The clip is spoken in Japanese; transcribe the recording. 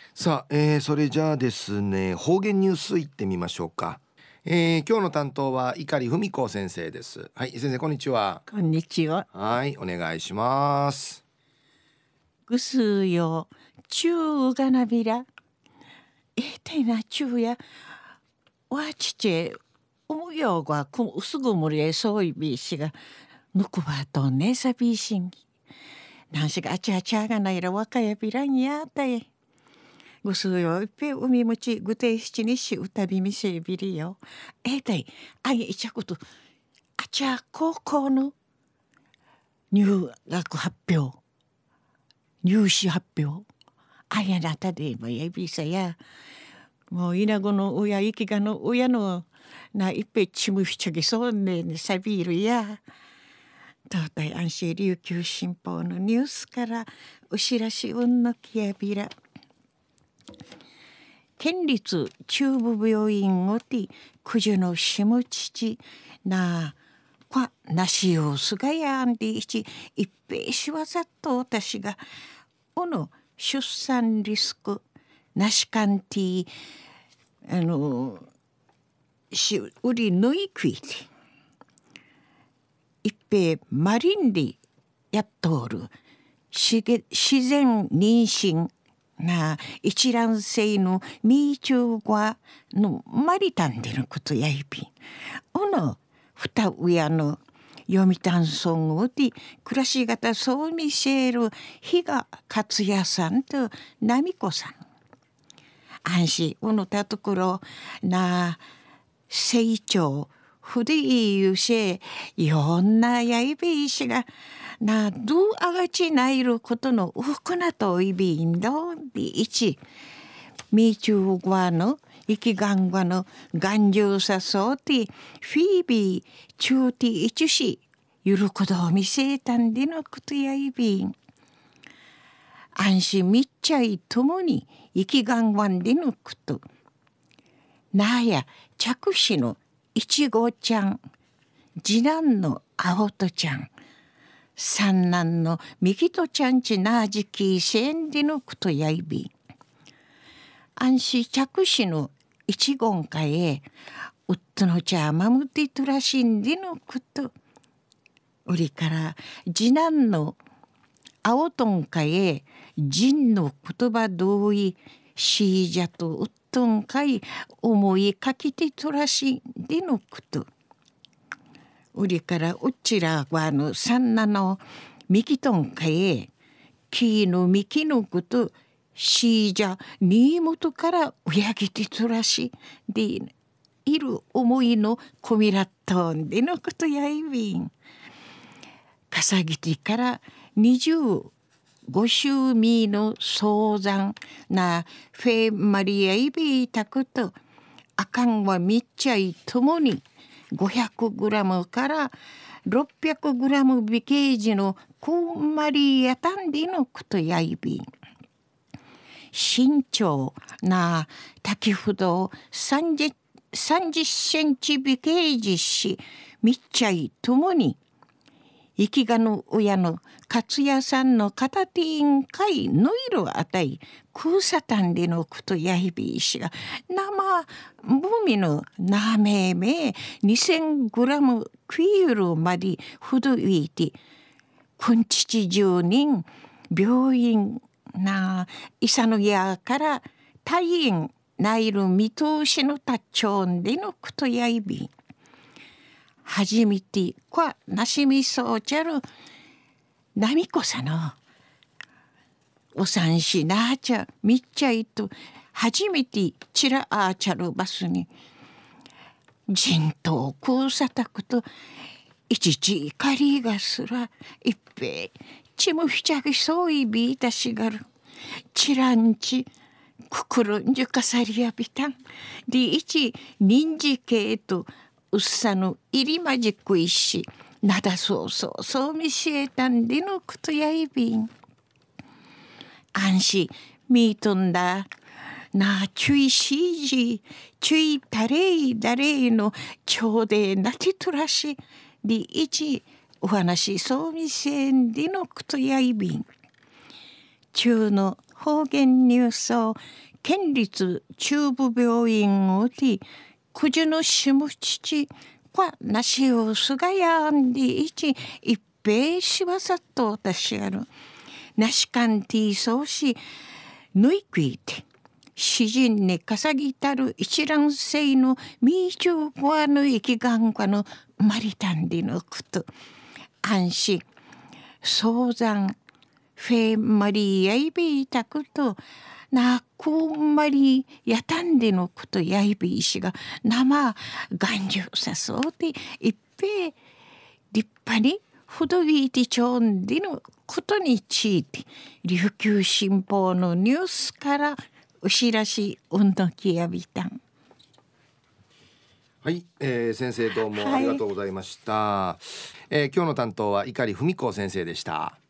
さあ、それじゃあですね、方言ニュースいってみましょうか。今日の担当は碇文子先生です。はい、先生こんにちは。 こんにちは。 はい、お願いします。 ぐすよ、ちゅうがなびら。てなちゅうや、わちち、おむよがくすぐむりえそういびしが、ぬくばとねさびしんぎ。なんしがあちゃちゃがないらわかやびらんやたえ。ぐすよ、いっぺ海むち、ぐてしちにしうたびみせびりよ。たい、あげいちゃこと、あちゃ高校の入学発表。入試発表あやなたでもやびさやもういなごの親いきがの親のないっぺちむひちゃぎそうねさびるや東大安心琉球新報のニュースからお知らしうんのきやびら県立中部病院をて九十のしむちちなこなしようすがやんでいち一平しわざと私がこの出産リスクなしかんてしうりぬいくいて一平マリンでやっとおる自然妊娠な一卵性のミーチューがのマリタンでのことやいびんおの二親の読谷村をで暮らし方そう見せる日が勝也さんと奈美子さん安心おのたところな成長筆いゆせいろんなやいびいしがなどうあがちないることのうくなといびんどでいちみちゅうごわの生きがんがの頑丈さそうてフィービー中ティ一しゆることを見せたんでのことやいびん安心みっちゃいともに生きがんわんでのことなや着手のいちごちゃん次男のあおとちゃん三男のみきとちゃんちなじきせんでのことやいび安心着手のいちごんかえうっとのちゃまむてとらしんでのことうりから次男のあおとんかえ人の言葉同意しいじゃとうっとんかい思いかけてとらしんでのことうりからうちらはの三男のみきとんかえきのみきのことしいじゃ新本から親ぎてとらしでいる思いのこみらったんでのことやいびんかさぎてから25週目の早産なフェマリアイビータクとあかんはみっちゃいともに500グラムから600グラムビケージのこんまりやたんでのことやいびん身長な滝ふど30センチビケージしみっちゃいともに生きがの親の勝也さんの片手委員会の色あたい空さたんでのことやいびいしが生海のなめめ2000グラムクイールまでほどいてくんちち住人病院な医者のやから退院ないる見通しのたっちょんでのことやいびん初めてこなしみそうちゃるなみこさのおさんしなあちゃみっちゃいと初めてちらあちゃるバスに人頭くうさたくといちち怒りがすらいっぺちむひちゃぎそういびいたしがるちらんちくくるんじゅかさりやびたんでいちにんじけいとうっさの入りまじくいしなだそう見せえたんでのことやいびん安心みーとんだなあちゅいしいじちゅいたれいだれいのちょうでなてとらしでいちお話そう見せんでのことやいびん中の方言ニュースを県立中部病院をて九十のしむちちはなしをすがやんでいち一平しわさっとたしやるなしかんてぃそうしぬいくいて詩人にかさぎたる一卵性のみちゅうごわの生きがんかの生まれたんでのこと安心早産フェマリやいびいたことなくまりやたんでのことやいびいしが生頑丈さそうで一平立派にほどぎいてちょんでのことについて琉球新報のニュースからお知らしうんどきやびたん。 はい、先生どうもありがとうございました。今日の担当は碇文子先生でした。